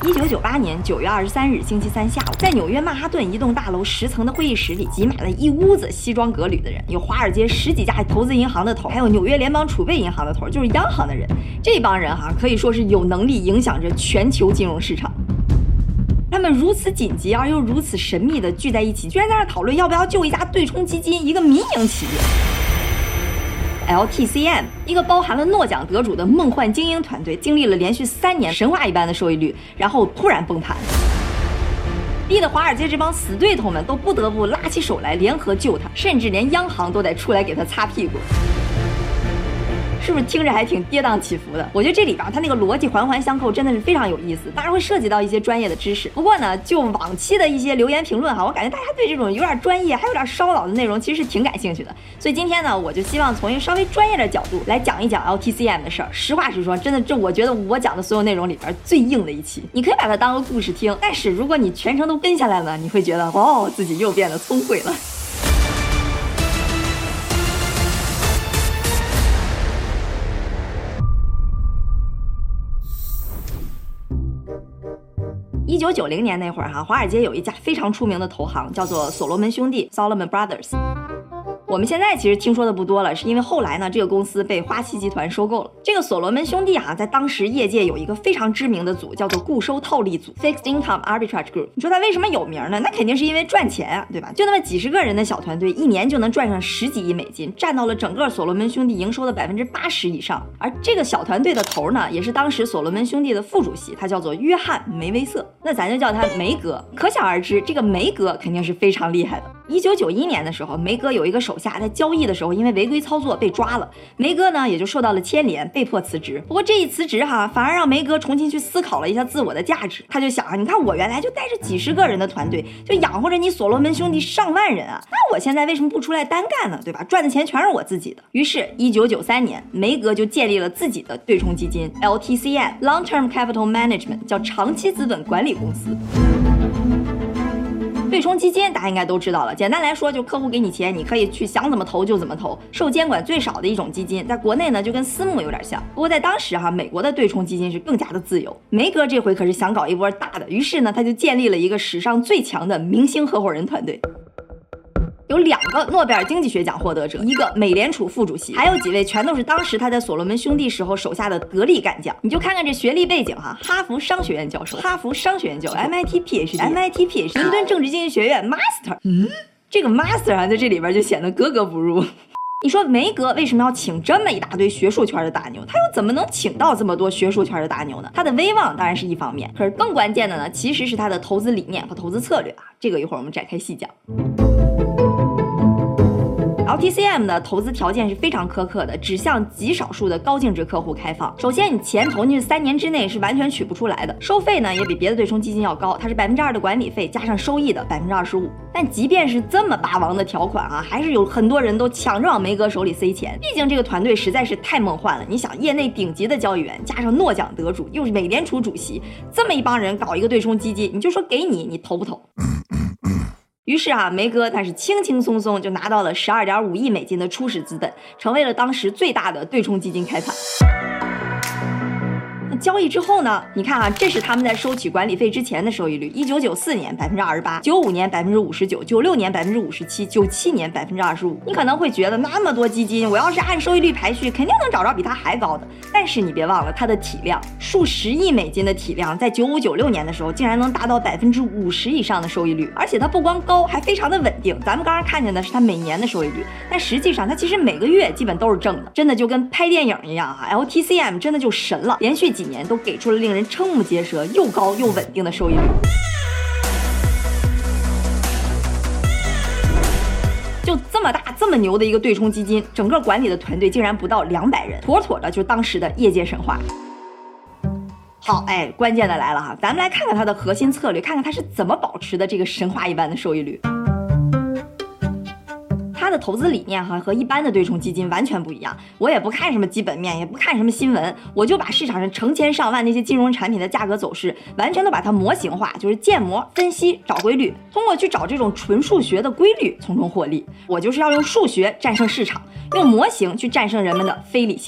1998年9月23日星期三下午，在纽约曼哈顿一栋大楼10层的会议室里，挤满了一屋子西装革履的人，有华尔街10几家投资银行的头，还有纽约联邦储备银行的头，就是央行的人。这帮人可以说是有能力影响着全球金融市场。他们如此紧急而又如此神秘地聚在一起，居然在那讨论要不要救一家对冲基金，一个民营企业。LTCM， 一个包含了诺奖得主的梦幻精英团队，经历了连续3年神话一般的收益率，然后突然崩盘，逼得华尔街这帮死对头们都不得不拉起手来联合救他，甚至连央行都得出来给他擦屁股。是不是听着还挺跌宕起伏的？我觉得这里边它那个逻辑环环相扣，真的是非常有意思，当然会涉及到一些专业的知识。不过呢，就往期的一些留言评论我感觉大家对这种有点专业还有点烧脑的内容其实是挺感兴趣的。所以今天呢，我就希望从一个稍微专业的角度来讲一讲 LTCM 的事儿。实话实说，真的这我觉得我讲的所有内容里边最硬的一期。你可以把它当个故事听，但是如果你全程都跟下来了，你会觉得自己又变得聪慧了。1990年那会儿华尔街有一家非常出名的投行，叫做所罗门兄弟 （Solomon Brothers）。我们现在其实听说的不多了，是因为后来呢，这个公司被花旗集团收购了。这个所罗门兄弟在当时业界有一个非常知名的组，叫做固收套利组 （Fixed Income Arbitrage Group）。你说它为什么有名呢？那肯定是因为赚钱对吧？就那么几十个人的小团队，一年就能赚上10几亿美金，占到了整个所罗门兄弟营收的80%以上。而这个小团队的头呢，也是当时所罗门兄弟的副主席，他叫做约翰·梅威瑟，那咱就叫他梅哥。可想而知，这个梅哥肯定是非常厉害的。1991年的时候，梅哥有一个手下在交易的时候因为违规操作被抓了，梅哥呢也就受到了牵连，被迫辞职。不过这一辞职反而让梅哥重新去思考了一下自我的价值。他就想你看我原来就带着几十个人的团队，就养活着你所罗门兄弟上万人那我现在为什么不出来单干呢？对吧？赚的钱全是我自己的。于是1993年，梅哥就建立了自己的对冲基金 LTCM Long Term Capital Management， 叫长期资本管理公司。对冲基金大家应该都知道了，简单来说就客户给你钱，你可以去想怎么投就怎么投，受监管最少的一种基金，在国内呢就跟私募有点像。不过在当时美国的对冲基金是更加的自由。梅哥这回可是想搞一波大的，于是呢他就建立了一个史上最强的明星合伙人团队。有2个诺贝尔经济学奖获得者，一个美联储副主席，还有几位全都是当时他在所罗门兄弟时候手下的得力干将。你就看看这学历背景哈佛商学院教授，哈佛商学院教授 MIT PhD， 伦敦政治经济学院 Master。这个 Master 在这里边就显得格格不入。你说梅格为什么要请这么一大堆学术圈的大牛？他又怎么能请到这么多学术圈的大牛呢？他的威望当然是一方面，可是更关键的呢，其实是他的投资理念和投资策略这个一会儿我们展开细讲。LTCM 的投资条件是非常苛刻的，只向极少数的高净值客户开放。首先你钱投进去3年之内是完全取不出来的，收费呢也比别的对冲基金要高，它是2%的管理费加上收益的25%。但即便是这么霸王的条款还是有很多人都抢着往梅哥手里塞钱，毕竟这个团队实在是太梦幻了。你想业内顶级的交易员加上诺奖得主又是美联储主席，这么一帮人搞一个对冲基金，你就说给你投不投？于是梅哥他是轻轻松松就拿到了12.5亿美金的初始资本，成为了当时最大的对冲基金开盘。交易之后呢，你看这是他们在收取管理费之前的收益率：1994年28%， 95年59%， 96年57%， 97年25%。你可能会觉得那么多基金，我要是按收益率排序，肯定能找着比它还高的。但是你别忘了它的体量，数十亿美金的体量，在95、96年的时候，竟然能达到50%以上的收益率，而且它不光高，还非常的稳定。咱们刚刚看见的是它每年的收益率，但实际上它其实每个月基本都是正的，真的就跟拍电影一样LTCM 真的就神了，连续几年都给出了令人瞠目结舌又高又稳定的收益率。就这么大这么牛的一个对冲基金，整个管理的团队竟然不到200人，妥妥的就是当时的业界神话。好，关键的来了咱们来看看它的核心策略，看看它是怎么保持的这个神话一般的收益率。它的投资理念和一般的对冲基金完全不一样。我也不看什么基本面，也不看什么新闻，我就把市场上成千上万那些金融产品的价格走势完全都把它模型化，就是建模分析找规律，通过去找这种纯数学的规律从中获利。我就是要用数学战胜市场，用模型去战胜人们的非理性。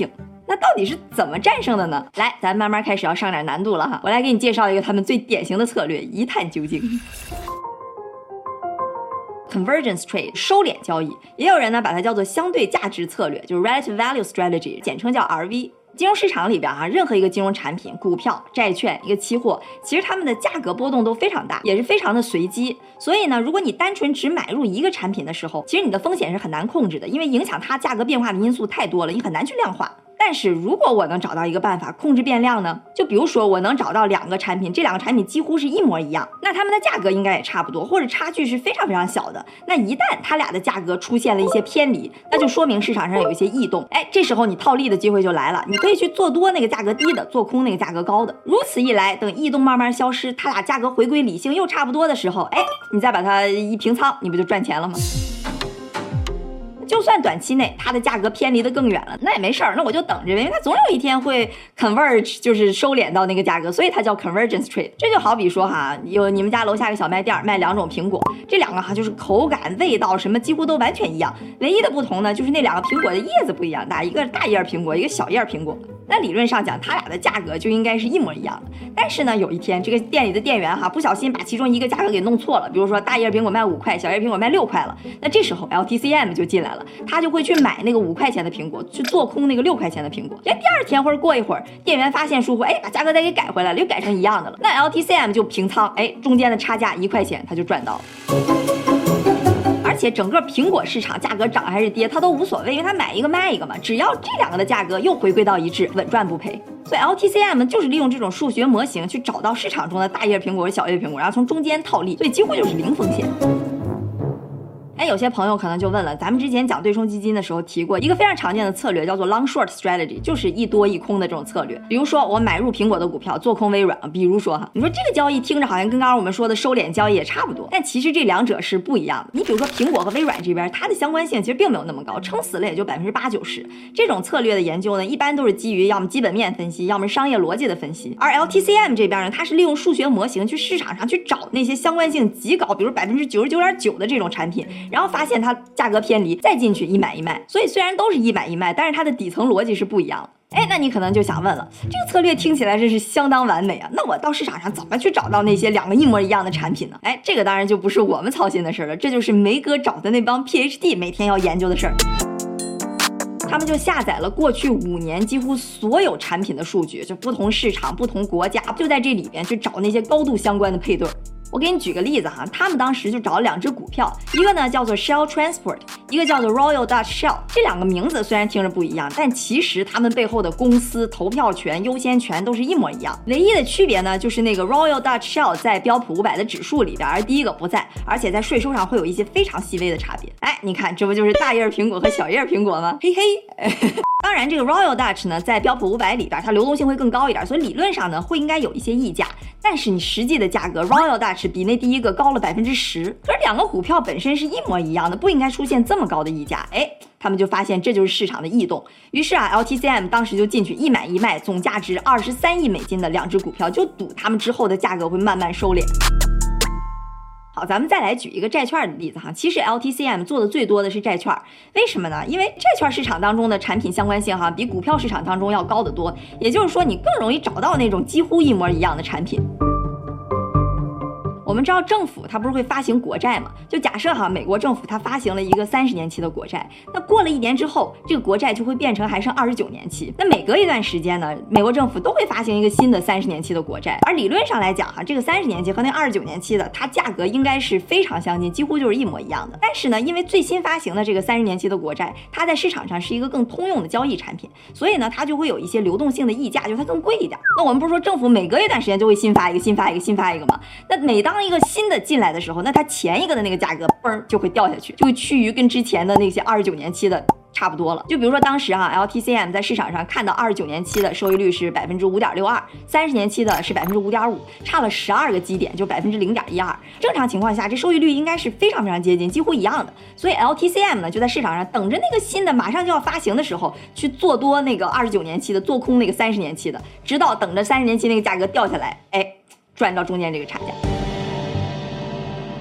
那到底是怎么战胜的呢？来，咱慢慢开始要上点难度了哈。我来给你介绍一个他们最典型的策略，一探究竟。Convergence trade 收敛交易，也有人呢把它叫做相对价值策略，就是 relative value strategy， 简称叫 RV。金融市场里边任何一个金融产品，股票、债券、一个期货，其实它们的价格波动都非常大，也是非常的随机。所以呢，如果你单纯只买入一个产品的时候，其实你的风险是很难控制的，因为影响它价格变化的因素太多了，你很难去量化。但是如果我能找到一个办法控制变量呢，就比如说我能找到两个产品，这两个产品几乎是一模一样，那它们的价格应该也差不多，或者差距是非常非常小的。那一旦它俩的价格出现了一些偏离，那就说明市场上有一些异动。这时候你套利的机会就来了，你可以去做多那个价格低的，做空那个价格高的。如此一来，等异动慢慢消失，它俩价格回归理性又差不多的时候，你再把它一平仓，你不就赚钱了吗？就算短期内它的价格偏离得更远了，那也没事儿，那我就等着，因为它总有一天会 converge， 就是收敛到那个价格，所以它叫 convergence trade。这就好比说有你们家楼下一个小卖店卖两种苹果，这两个就是口感、味道什么几乎都完全一样，唯一的不同呢就是那两个苹果的叶子不一样大，一个大叶苹果，一个小叶苹果。那理论上讲，它俩的价格就应该是一模一样的。但是呢，有一天这个店里的店员不小心把其中一个价格给弄错了，比如说大叶苹果卖5块，小叶苹果卖6块了。那这时候 LTCM 就进来了，他就会去买那个5块钱的苹果，去做空那个6块钱的苹果。第二天或者过一会儿，店员发现疏忽，把价格再给改回来了，又改成一样的了。那 LTCM 就平仓，中间的差价1块钱，他就赚到了。而且整个苹果市场价格涨还是跌，它都无所谓，因为它买一个卖一个嘛，只要这两个的价格又回归到一致，稳赚不赔。所以 LTCM 就是利用这种数学模型去找到市场中的大叶苹果和小叶苹果，然后从中间套利，所以几乎就是零风险。有些朋友可能就问了，咱们之前讲对冲基金的时候提过一个非常常见的策略，叫做 long short strategy， 就是一多一空的这种策略。比如说我买入苹果的股票，做空微软，比如说你说这个交易听着好像跟刚刚我们说的收敛交易也差不多，但其实这两者是不一样的。你比如说苹果和微软这边，它的相关性其实并没有那么高，撑死了也就80%、90%。这种策略的研究呢，一般都是基于要么基本面分析，要么商业逻辑的分析。而 LTCM 这边呢，它是利用数学模型去市场上去找那些相关性极高，比如99.9%的这种产品，然后发现它价格偏离，再进去一买一卖。所以虽然都是一买一卖，但是它的底层逻辑是不一样的。那你可能就想问了，这个策略听起来真是相当完美啊，那我到市场上怎么去找到那些两个一模一样的产品呢？这个当然就不是我们操心的事了，这就是梅哥找的那帮 PhD 每天要研究的事儿。他们就下载了过去5年几乎所有产品的数据，就不同市场、不同国家，就在这里边去找那些高度相关的配对。我给你举个例子他们当时就找了2只股票，一个呢叫做 Shell Transport， 一个叫做 Royal Dutch Shell。这两个名字虽然听着不一样，但其实他们背后的公司、投票权、优先权都是一模一样。唯一的区别呢，就是那个 Royal Dutch Shell 在标普500的指数里边，而第一个不在，而且在税收上会有一些非常细微的差别。你看，这不就是大叶苹果和小叶苹果吗？嘿嘿。当然，这个 Royal Dutch 呢，在标普500里边，它流动性会更高一点，所以理论上呢，会应该有一些溢价。但是你实际的价格 Royal Dutch 比那第一个高了10%，可是两个股票本身是一模一样的，不应该出现这么高的溢价。他们就发现这就是市场的异动。于是LTCM 当时就进去一买一卖，总价值23亿美金的2只股票，就赌他们之后的价格会慢慢收敛。好，咱们再来举一个债券的例子其实 LTCM 做的最多的是债券，为什么呢？因为债券市场当中的产品相关性比股票市场当中要高得多，也就是说你更容易找到那种几乎一模一样的产品。我们知道政府它不是会发行国债吗？就假设美国政府它发行了一个30年期的国债，那过了1年之后，这个国债就会变成还剩29年期。那每隔一段时间呢，美国政府都会发行一个新的30年期的国债。而理论上来讲这个30年期和那29年期的，它价格应该是非常相近，几乎就是一模一样的。但是呢，因为最新发行的这个30年期的国债，它在市场上是一个更通用的交易产品，所以呢，它就会有一些流动性的溢价，就它更贵一点。那我们不是说政府每隔一段时间就会新发一个吗？那每当一个新的进来的时候，那它前一个的那个价格嘣就会掉下去，就会趋于跟之前的那些29年期的差不多了。就比如说当时LTCM 在市场上看到29年期的收益率是 5.62%，30年期的是 5.5%， 差了12个基点，就 0.12%。正常情况下这收益率应该是非常非常接近，几乎一样的。所以 LTCM 呢就在市场上等着那个新的马上就要发行的时候去做多那个29年期的，做空那个30年期的，直到等着30年期那个价格掉下来，赚到中间这个差价。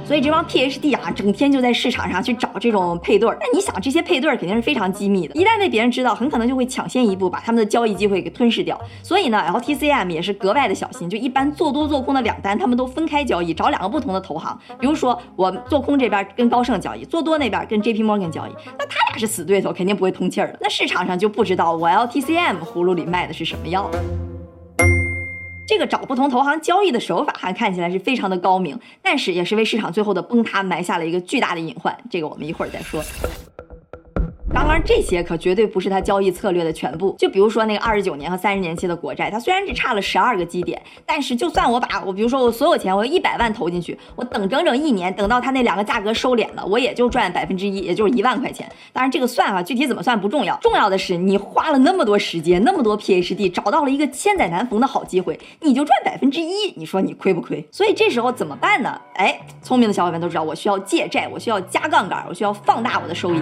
所以这帮 PhD 啊，整天就在市场上去找这种配对。那你想，这些配对肯定是非常机密的，一旦被别人知道，很可能就会抢先一步把他们的交易机会给吞噬掉。所以呢 ，LTCM 也是格外的小心，就一般做多做空的两单，他们都分开交易，找2个不同的投行。比如说我做空这边跟高盛交易，做多那边跟 JP Morgan 交易，那他俩是死对头，肯定不会通气儿的。那市场上就不知道我 LTCM 葫芦里卖的是什么药。这个找不同投行交易的手法还看起来是非常的高明，但是也是为市场最后的崩塌埋下了一个巨大的隐患，这个我们一会儿再说。当然这些可绝对不是他交易策略的全部，就比如说那个29年和30年期的国债，它虽然只差了12个基点，但是就算我比如说我所有钱我100万投进去，我等整整1年，等到它那2个价格收敛了，我也就赚1%，也就是1万块钱。当然这个算具体怎么算不重要，重要的是你花了那么多时间，那么多 PhD 找到了一个千载难逢的好机会，你就赚1%，你说你亏不亏？所以这时候怎么办呢？聪明的小伙伴都知道，我需要借债，我需要加杠杆，我需要放大我的收益。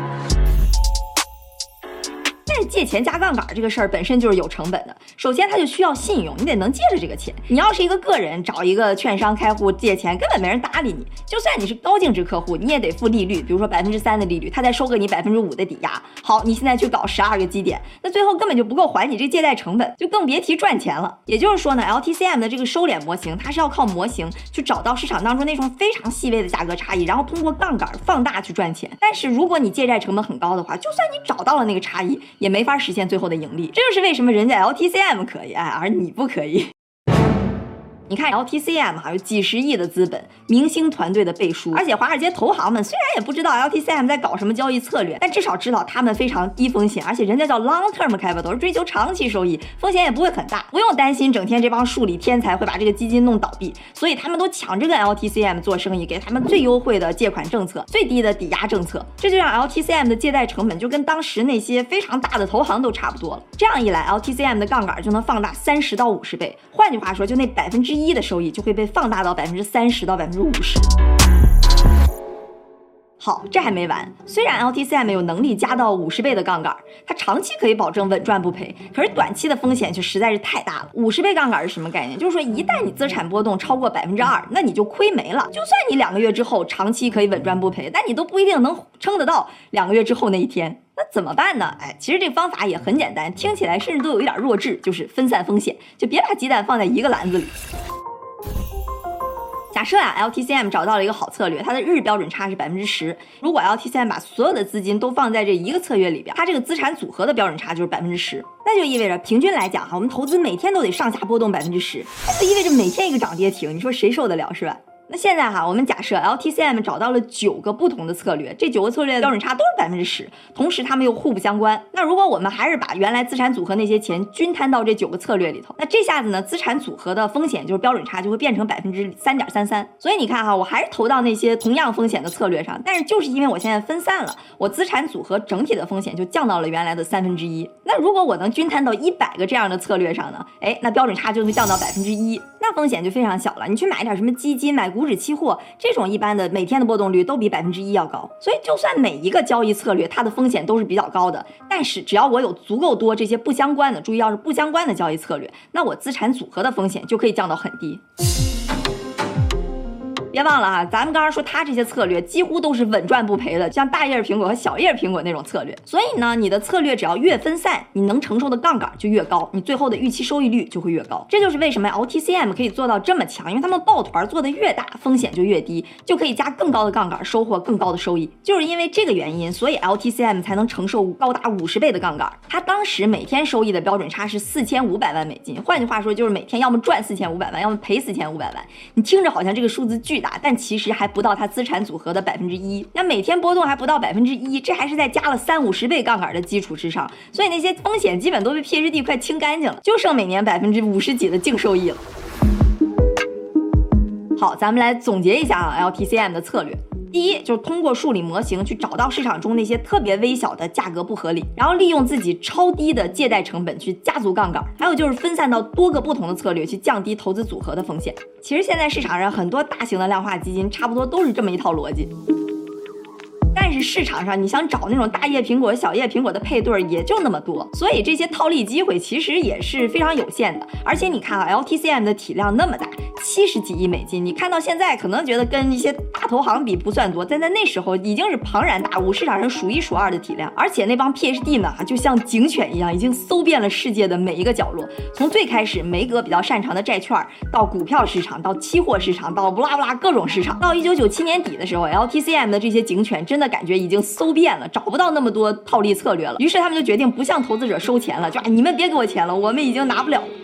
但是借钱加杠杆这个事儿本身就是有成本的，首先它就需要信用，你得能借着这个钱。你要是一个个人找一个券商开户借钱，根本没人搭理你。就算你是高净值客户，你也得付利率，比如说3%的利率，他再收给你5%的抵押。好，你现在去搞12个基点，那最后根本就不够还你这借贷成本，就更别提赚钱了。也就是说呢 ，LTCM 的这个收敛模型，它是要靠模型去找到市场当中那种非常细微的价格差异，然后通过杠杆放大去赚钱。但是如果你借债成本很高的话，就算你找到了那个差异，也没法实现最后的盈利。这就是为什么人家 LTCM 可以，而你不可以。你看 LTCM 还有几十亿的资本，明星团队的背书，而且华尔街投行们虽然也不知道 LTCM 在搞什么交易策略，但至少知道他们非常低风险，而且人家叫 long term capital， 追求长期收益，风险也不会很大，不用担心整天这帮数理天才会把这个基金弄倒闭，所以他们都抢着跟 LTCM 做生意，给他们最优惠的借款政策，最低的抵押政策，这就让 LTCM 的借贷成本就跟当时那些非常大的投行都差不多了。这样一来 LTCM 的杠杆就能放大30到50倍，换句话说，就那1%的收益就会被放大到30%到50%。好，这还没完。虽然 LTCM 有能力加到50倍的杠杆，它长期可以保证稳赚不赔，可是短期的风险却实在是太大了。50倍杠杆是什么概念？就是说一旦你资产波动超过2%，那你就亏没了。就算你2个月之后长期可以稳赚不赔，但你都不一定能撑得到2个月之后那一天。那怎么办呢？其实这个方法也很简单，听起来甚至都有一点弱智，就是分散风险，就别把鸡蛋放在一个篮子里。假设LTCM 找到了一个好策略，它的日标准差是10%。如果 LTCM 把所有的资金都放在这一个策略里边，它这个资产组合的标准差就是10%。那就意味着平均来讲我们投资每天都得上下波动10%，那就意味着每天一个涨跌停，你说谁受得了是吧？那现在我们假设 LTCM 找到了9个不同的策略，这9个策略的标准差都是10%，同时它们又互不相关。那如果我们还是把原来资产组合那些钱均摊到这9个策略里头，那这下子呢，资产组合的风险就是标准差就会变成3.33%。所以你看我还是投到那些同样风险的策略上，但是就是因为我现在分散了，我资产组合整体的风险就降到了原来的1/3。那如果我能均摊到100个这样的策略上呢，那标准差就会降到1%，那风险就非常小了。你去买点什么基金，买股指期货，这种一般的每天的波动率都比1%要高。所以就算每一个交易策略它的风险都是比较高的，但是只要我有足够多这些不相关的，注意要是不相关的交易策略，那我资产组合的风险就可以降到很低。别忘了咱们刚刚说它这些策略几乎都是稳赚不赔的，像大叶苹果和小叶苹果那种策略。所以呢，你的策略只要越分散，你能承受的杠杆就越高，你最后的预期收益率就会越高。这就是为什么 LTCM 可以做到这么强，因为他们抱团做的越大，风险就越低，就可以加更高的杠杆，收获更高的收益。就是因为这个原因，所以 LTCM 才能承受高达50倍的杠杆。它当时每天收益的标准差是4500万美金，换句话说就是每天要么赚4500万，要么赔4500万。你听着好像这个数字巨大，但其实还不到它资产组合的1%，那每天波动还不到1%，这还是在加了30-50倍杠杆的基础之上，所以那些风险基本都被 PhD 快清干净了，就剩每年50%几的净收益了。好，咱们来总结一下LTCM 的策略。第一，就是通过数理模型去找到市场中那些特别微小的价格不合理，然后利用自己超低的借贷成本去加足杠杆，还有就是分散到多个不同的策略去降低投资组合的风险。其实现在市场上很多大型的量化基金差不多都是这么一套逻辑。但是市场上你想找那种大叶苹果、小叶苹果的配对也就那么多，所以这些套利机会其实也是非常有限的。而且你看LTCM 的体量那么大， 70几亿美金。你看到现在可能觉得跟一些大投行比不算多，但在那时候已经是庞然大物，市场上数一数二的体量。而且那帮 PhD 呢，就像警犬一样，已经搜遍了世界的每一个角落。从最开始梅格比较擅长的债券，到股票市场，到期货市场，到不拉不拉各种市场。到1997年底的时候 ，LTCM 的这些警犬真的感觉已经搜遍了，找不到那么多套利策略了。于是他们就决定不向投资者收钱了，就你们别给我钱了，我们已经拿不了了。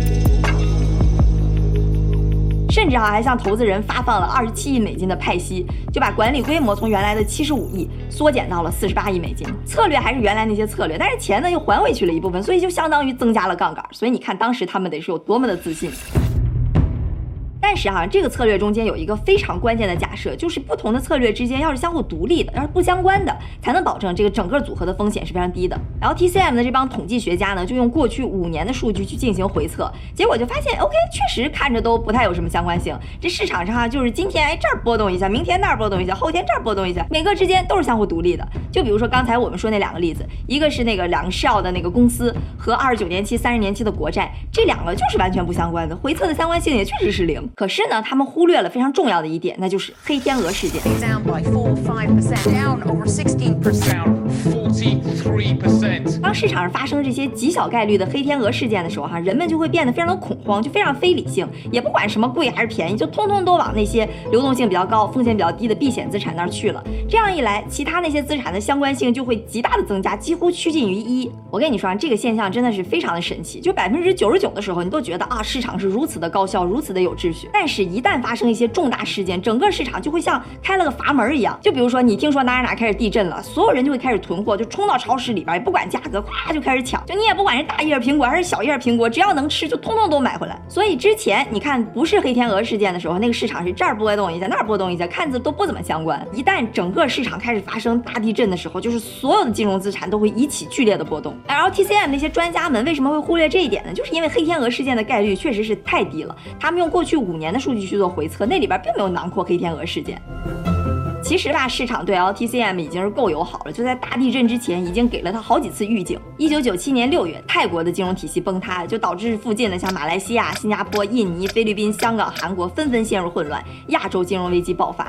甚至还向投资人发放了27亿美金的派息，就把管理规模从原来的75亿缩减到了48亿美金。策略还是原来那些策略，但是钱呢又还回去了一部分，所以就相当于增加了杠杆。所以你看当时他们得是有多么的自信。但是这个策略中间有一个非常关键的假设，就是不同的策略之间要是相互独立的，要是不相关的，才能保证这个整个组合的风险是非常低的。LTCM 的这帮统计学家呢，就用过去5年的数据去进行回测，结果就发现 OK 确实看着都不太有什么相关性。这市场上就是今天这儿波动一下，明天那儿波动一下，后天这儿波动一下，每个之间都是相互独立的。就比如说刚才我们说那2个例子，一个是那个2个 Shell 的那个公司和29年期、30年期的国债，这2个就是完全不相关的，回测的相关性也确实是0。可是呢，他们忽略了非常重要的一点，那就是黑天鹅事件。 Down by 4-5%, down over 16%, down 43%. 当市场上发生这些极小概率的黑天鹅事件的时候，人们就会变得非常的恐慌，就非常非理性，也不管什么贵还是便宜，就通通都往那些流动性比较高、风险比较低的避险资产那儿去了。这样一来，其他那些资产的相关性就会极大的增加，几乎趋近于1。我跟你说这个现象真的是非常的神奇，就99%的时候，你都觉得市场是如此的高效，如此的有秩序，但是一旦发生一些重大事件，整个市场就会像开了个阀门一样。就比如说你听说哪开始地震了，所有人就会开始囤货，就冲到超市里边，也不管价格，咵就开始抢。就你也不管是大叶苹果还是小叶苹果，只要能吃就通通都买回来。所以之前你看不是黑天鹅事件的时候，那个市场是这儿波动一下那儿波动一下，看似都不怎么相关。一旦整个市场开始发生大地震的时候，就是所有的金融资产都会引起剧烈的波动。LTCM 那些专家们为什么会忽略这一点呢？就是因为黑天鹅事件的概率确实是太低了，他们用过去5年的数据去做回测，那里边并没有囊括黑天鹅事件。其实吧，市场对 LTCM 已经是够友好了，就在大地震之前已经给了他好几次预警。1997年6月，泰国的金融体系崩塌，就导致附近的像马来西亚、新加坡、印尼、菲律宾、香港、韩国纷纷陷入混乱，亚洲金融危机爆发。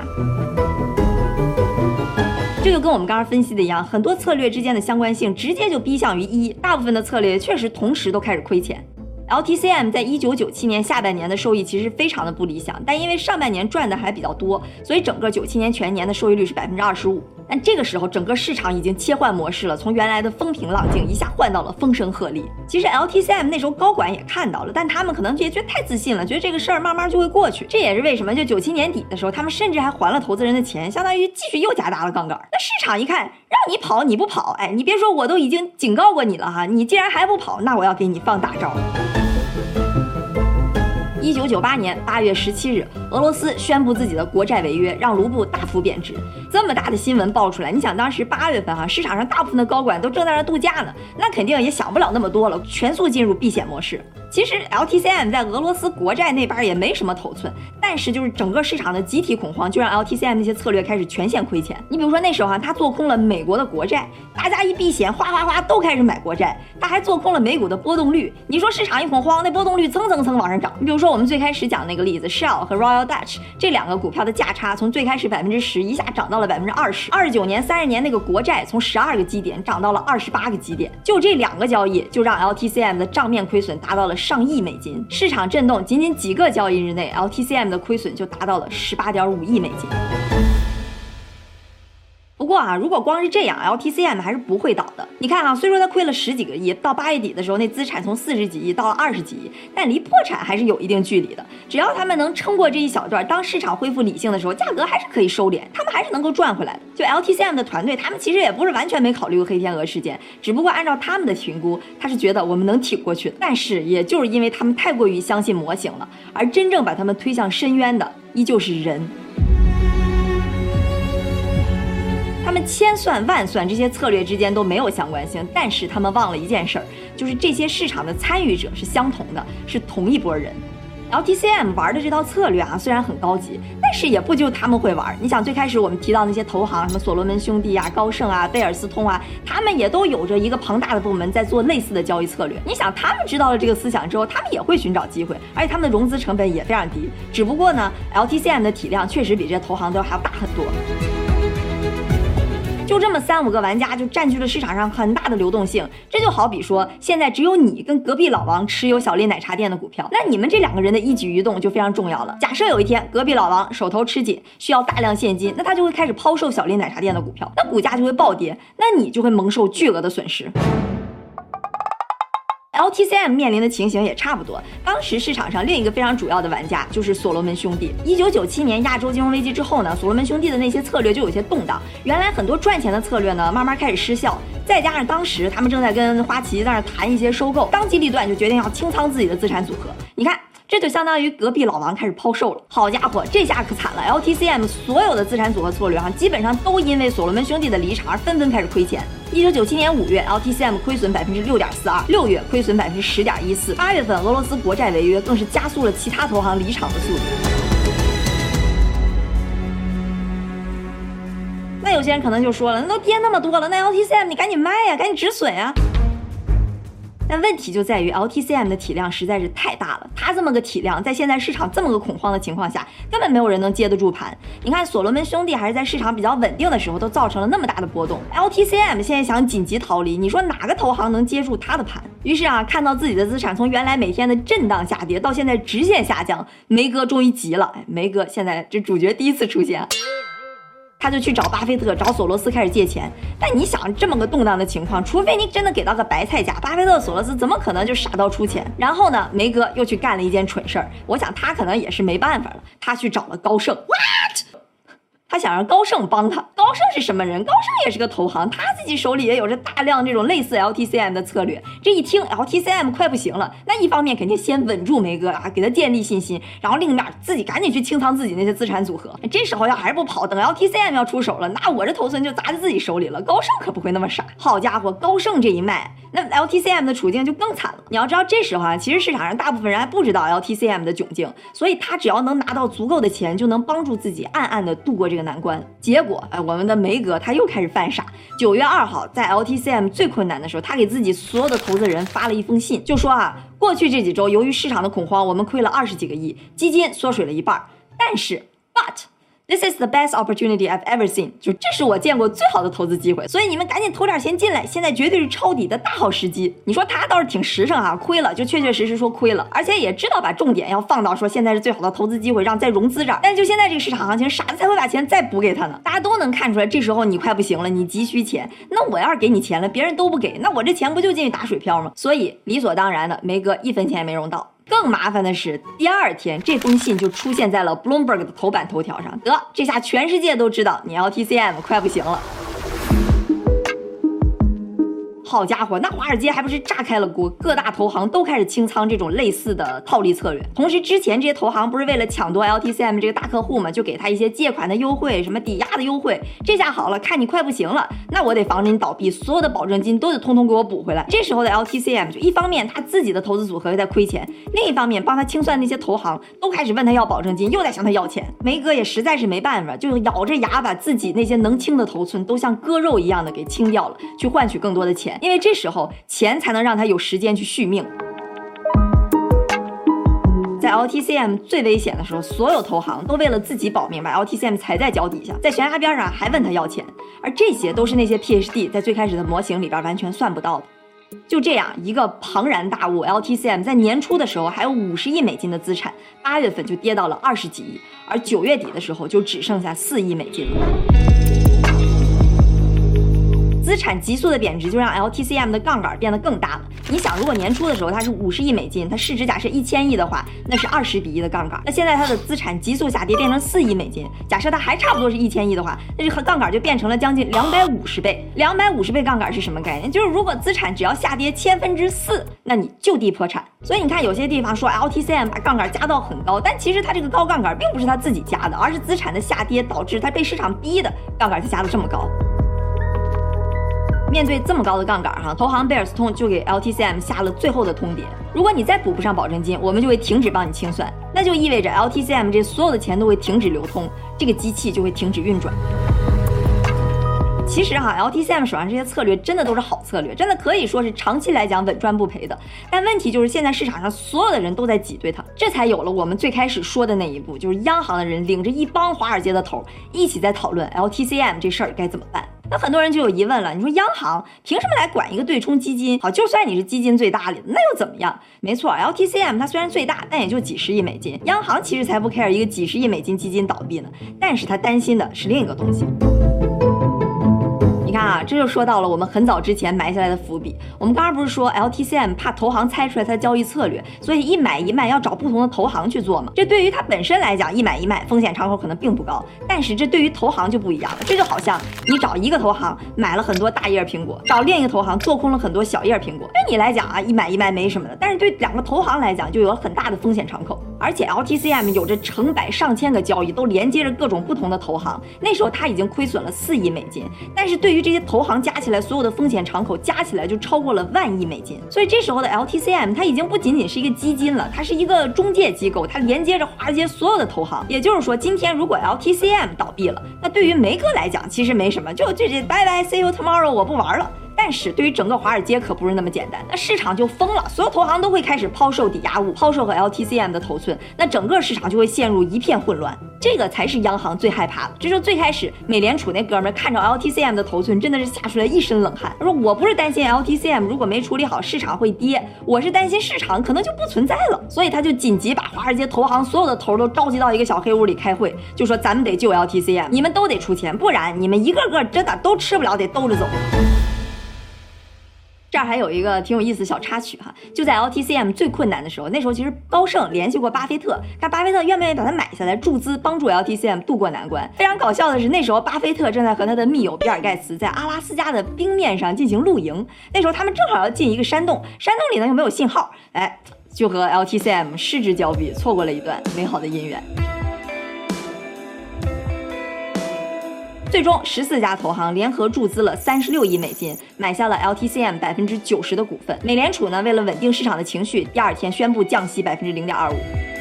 这就跟我们刚刚分析的一样，很多策略之间的相关性直接就逼向于1，大部分的策略确实同时都开始亏钱。LTCM 在1997年下半年的收益其实非常的不理想，但因为上半年赚的还比较多，所以整个97年全年的收益率是25%。但这个时候整个市场已经切换模式了，从原来的风平浪静一下换到了风声鹤唳。其实 LTCM 那时候高管也看到了，但他们可能也觉得太自信了，觉得这个事儿慢慢就会过去。这也是为什么就97年底的时候，他们甚至还还了投资人的钱，相当于继续又加大了杠杆。那市场一看让你跑你不跑，你别说我都已经警告过你了你既然还不跑，那我要给你放大招。1998年8月17日，俄罗斯宣布自己的国债违约，让卢布大幅贬值。这么大的新闻爆出来，你想当时8月份市场上大部分的高管都正在那度假呢，那肯定也想不了那么多了，全速进入避险模式。其实 LTCM 在俄罗斯国债那边也没什么头寸，但是就是整个市场的集体恐慌，就让 LTCM 那些策略开始全线亏钱。你比如说那时候他做空了美国的国债，大家一避险，哗哗哗都开始买国债。他还做空了美股的波动率，你说市场一恐慌，那波动率蹭往上涨。你比如说我们最开始讲那个例子 ，Shell 和 Royal Dutch 这2个股票的价差从最开始10%一下涨到了20%。29年、30年那个国债从12个基点涨到了28个基点，就这2个交易就让 LTCM 的账面亏损达到了上亿美金。市场震动仅仅几个交易日内 ，LTCM 的亏损就达到了18.5亿美金。不过如果光是这样 ，LTCM 还是不会倒的。你看虽说它亏了10几个亿，到8月底的时候，那资产从40几亿到了20几亿，但离破产还是有一定距离的。只要他们能撑过这一小段，当市场恢复理性的时候，价格还是可以收敛，他们还是能够赚回来的。就 LTCM 的团队，他们其实也不是完全没考虑过黑天鹅事件，只不过按照他们的评估，他是觉得我们能挺过去的。但是也就是因为他们太过于相信模型了，而真正把他们推向深渊的，依旧是人。他们千算万算，这些策略之间都没有相关性，但是他们忘了一件事儿，就是这些市场的参与者是相同的，是同一拨人。 LTCM 玩的这套策略虽然很高级，但是也不就他们会玩。你想最开始我们提到那些投行，什么所罗门兄弟高盛贝尔斯通他们也都有着一个庞大的部门在做类似的交易策略。你想他们知道了这个思想之后，他们也会寻找机会，而且他们的融资成本也非常低。只不过呢 LTCM 的体量确实比这些投行都还要大很多。就这么3-5个玩家就占据了市场上很大的流动性，这就好比说现在只有你跟隔壁老王持有小丽奶茶店的股票，那你们这2个人的一举一动就非常重要了。假设有一天隔壁老王手头吃紧，需要大量现金，那他就会开始抛售小丽奶茶店的股票，那股价就会暴跌，那你就会蒙受巨额的损失。LTCM 面临的情形也差不多。当时市场上另一个非常主要的玩家就是所罗门兄弟。1997年亚洲金融危机之后呢，所罗门兄弟的那些策略就有些动荡。原来很多赚钱的策略呢，慢慢开始失效。再加上当时他们正在跟花旗在那谈一些收购，当机立断就决定要清仓自己的资产组合。你看，这就相当于隔壁老王开始抛售了。好家伙，这下可惨了 ！LTCM 所有的资产组合策略基本上都因为所罗门兄弟的离场而纷纷开始亏钱。1997年5月 ，LTCM 亏损6.42%，6月亏损10.14%，8月份俄罗斯国债违约更是加速了其他投行离场的速度。那有些人可能就说了，那都跌那么多了，那 LTCM 你赶紧卖呀，赶紧止损呀。但问题就在于 LTCM 的体量实在是太大了，它这么个体量，在现在市场这么个恐慌的情况下，根本没有人能接得住盘。你看，所罗门兄弟还是在市场比较稳定的时候，都造成了那么大的波动。LTCM 现在想紧急逃离，你说哪个投行能接住它的盘？于是看到自己的资产从原来每天的震荡下跌到现在直线下降，梅哥终于急了。梅哥现在这主角第一次出现。他就去找巴菲特、找索罗斯开始借钱。但你想，这么个动荡的情况，除非你真的给到个白菜价，巴菲特、索罗斯怎么可能就傻到出钱？然后呢，梅哥又去干了一件蠢事儿，我想他可能也是没办法了，他去找了高盛。What？他想让高盛帮他。高盛是什么人？高盛也是个投行，他自己手里也有着大量这种类似 LTCM 的策略。这一听 LTCM 快不行了，那一方面肯定先稳住梅哥给他建立信心，然后另一面自己赶紧去清仓自己那些资产组合。这时候要还是不跑，等 LTCM 要出手了，那我这头寸就砸在自己手里了。高盛可不会那么傻。好家伙，高盛这一卖，那 LTCM 的处境就更惨了。你要知道，这时候其实市场上大部分人还不知道 LTCM 的窘境，所以他只要能拿到足够的钱，就能帮助自己暗暗的度过这个难关。结果我们的梅哥他又开始犯傻。9月2号，在 LTCM 最困难的时候，他给自己所有的投资人发了一封信，就说过去这几周由于市场的恐慌，我们亏了20几个亿，基金缩水了一半，但是 This is the best opportunity I've ever seen， 就这是我见过最好的投资机会，所以你们赶紧投点钱进来，现在绝对是抄底的大好时机。你说他倒是挺实诚亏了就确确实实说亏了，而且也知道把重点要放到说现在是最好的投资机会，让再融资这儿。但就现在这个市场行情，傻子才会把钱再补给他呢。大家都能看出来，这时候你快不行了，你急需钱，那我要是给你钱了，别人都不给，那我这钱不就进去打水漂吗？所以理所当然的，梅哥1分钱也没融到。更麻烦的是，第2天这封信就出现在了 Bloomberg 的头版头条上。这下全世界都知道你 LTCM 快不行了。好家伙，那华尔街还不是炸开了锅，各大投行都开始清仓这种类似的套利策略。同时之前这些投行不是为了抢夺 LTCM 这个大客户嘛，就给他一些借款的优惠，什么抵押的优惠。这下好了，看你快不行了，那我得防止你倒闭，所有的保证金都得通通给我补回来。这时候的 LTCM 就一方面他自己的投资组合在亏钱，另一方面帮他清算那些投行都开始问他要保证金，又在向他要钱。梅哥也实在是没办法，就咬着牙把自己那些能清的头寸都像割肉一样的给清掉了，去换取更多的钱。因为这时候钱才能让他有时间去续命。在 LTCM 最危险的时候，所有投行都为了自己保命，把 LTCM 踩在脚底下，在悬崖边上还问他要钱，而这些都是那些 PhD 在最开始的模型里边完全算不到的。就这样一个庞然大物 LTCM 在年初的时候还有50亿美金的资产，8月份就跌到了20几亿，而9月底的时候就只剩下4亿美金了。资产急速的贬值就让 LTCM 的杠杆变得更大了。你想，如果年初的时候它是50亿美金，它市值假设1000亿的话，那是20比1的杠杆。那现在它的资产急速下跌变成4亿美金，假设它还差不多是1000亿的话，那这个杠杆就变成了将近250倍。250倍杠杆是什么概念？就是如果资产只要下跌4%，那你就地破产。所以你看，有些地方说 LTCM 把杠杆加到很高，但其实它这个高杠杆并不是它自己加的，而是资产的下跌导致它被市场逼的，杠杆才加得这么高。 面对这么高的杠杆投行贝尔斯通就给 LTCM 下了最后的通牒，如果你再补不上保证金，我们就会停止帮你清算，那就意味着 LTCM 这所有的钱都会停止流通，这个机器就会停止运转。其实LTCM 手上这些策略真的都是好策略，真的可以说是长期来讲稳赚不赔的。但问题就是现在市场上所有的人都在挤兑它，这才有了我们最开始说的那一步，就是央行的人领着一帮华尔街的头一起在讨论 LTCM 这事儿该怎么办。那很多人就有疑问了，你说央行凭什么来管一个对冲基金？好，就算你是基金最大里的，那又怎么样？没错 ，LTCM 它虽然最大，但也就几十亿美金。央行其实才不 care 一个几十亿美金基金倒闭呢，但是他担心的是另一个东西。你看这就说到了我们很早之前埋下来的伏笔。我们刚刚不是说 LTCM 怕投行猜出来它的交易策略，所以一买一卖要找不同的投行去做吗？这对于它本身来讲，一买一卖风险敞口可能并不高，但是这对于投行就不一样了。这就好像你找一个投行买了很多大叶苹果，找另一个投行做空了很多小叶苹果，对你来讲一买一卖没什么的，但是对两个投行来讲就有了很大的风险敞口。而且 LTCM 有着成百上千个交易，都连接着各种不同的投行，那时候它已经亏损了4亿美金，但是对于这些投行加起来所有的风险敞口加起来就超过了1万亿美金，所以这时候的 LTCM 它已经不仅仅是一个基金了，它是一个中介机构，它连接着华尔街所有的投行。也就是说，今天如果 LTCM 倒闭了，那对于梅哥来讲其实没什么，就拜拜 see you tomorrow， 我不玩了。但是对于整个华尔街可不是那么简单，那市场就疯了，所有投行都会开始抛售抵押物，抛售和 LTCM 的头寸，那整个市场就会陷入一片混乱。这个才是央行最害怕的。这就最开始美联储那哥们儿看着 LTCM 的头寸，真的是吓出来一身冷汗。他说我不是担心 LTCM 如果没处理好市场会跌，我是担心市场可能就不存在了。所以他就紧急把华尔街投行所有的头都召集到一个小黑屋里开会，就说咱们得救 LTCM， 你们都得出钱，不然你们一个个真的都吃不了，得兜着走。这儿还有一个挺有意思的小插曲就在 LTCM 最困难的时候，那时候其实高盛联系过巴菲特，看巴菲特愿不愿意把它买下来注资，帮助 LTCM 渡过难关。非常搞笑的是，那时候巴菲特正在和他的密友比尔盖茨在阿拉斯加的冰面上进行露营，那时候他们正好要进一个山洞，山洞里呢又没有信号，就和 LTCM 失之交臂，错过了一段美好的姻缘。最终14家投行联合注资了36亿美金，买下了 LTCM 90%的股份。美联储呢，为了稳定市场的情绪，第二天宣布降息0.25%。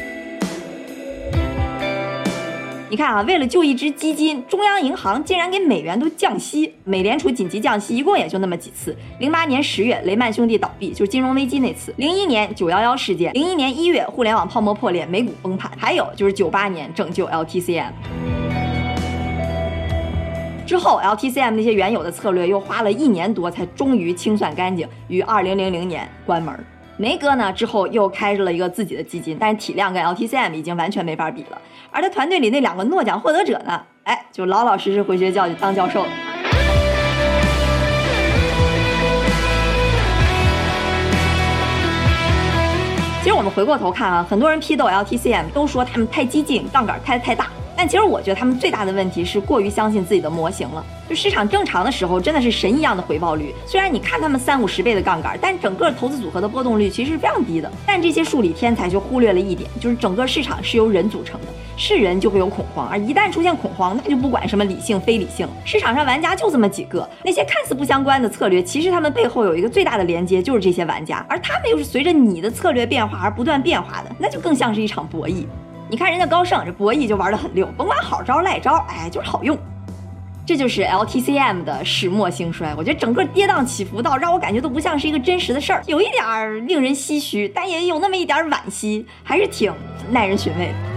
你看为了救一只基金，中央银行竟然给美元都降息。美联储紧急降息一共也就那么几次。08年10月雷曼兄弟倒闭，就是金融危机那次。01年911事件。01年1月互联网泡沫破裂，美股崩盘。还有就是98年拯救 LTCM。之后 LTCM 那些原有的策略又花了1年多才终于清算干净，于2000年关门。梅哥呢之后又开了一个自己的基金，但是体量跟 LTCM 已经完全没法比了。而他团队里那2个诺奖获得者呢，就老老实实回学校去当教授了。其实我们回过头看很多人批斗 LTCM 都说他们太激进，杠杆开得太大。但其实我觉得他们最大的问题是过于相信自己的模型了。就市场正常的时候真的是神一样的回报率，虽然你看他们30-50倍的杠杆，但整个投资组合的波动率其实是非常低的。但这些数理天才就忽略了一点，就是整个市场是由人组成的，是人就会有恐慌，而一旦出现恐慌，那就不管什么理性非理性，市场上玩家就这么几个，那些看似不相关的策略，其实他们背后有一个最大的连接，就是这些玩家，而他们又是随着你的策略变化而不断变化的，那就更像是一场博弈。你看人家高盛这博弈就玩得很溜，甭管好招赖招，就是好用。这就是 LTCM 的始末兴衰，我觉得整个跌宕起伏到让我感觉都不像是一个真实的事儿，有一点令人唏嘘，但也有那么一点惋惜，还是挺耐人寻味的。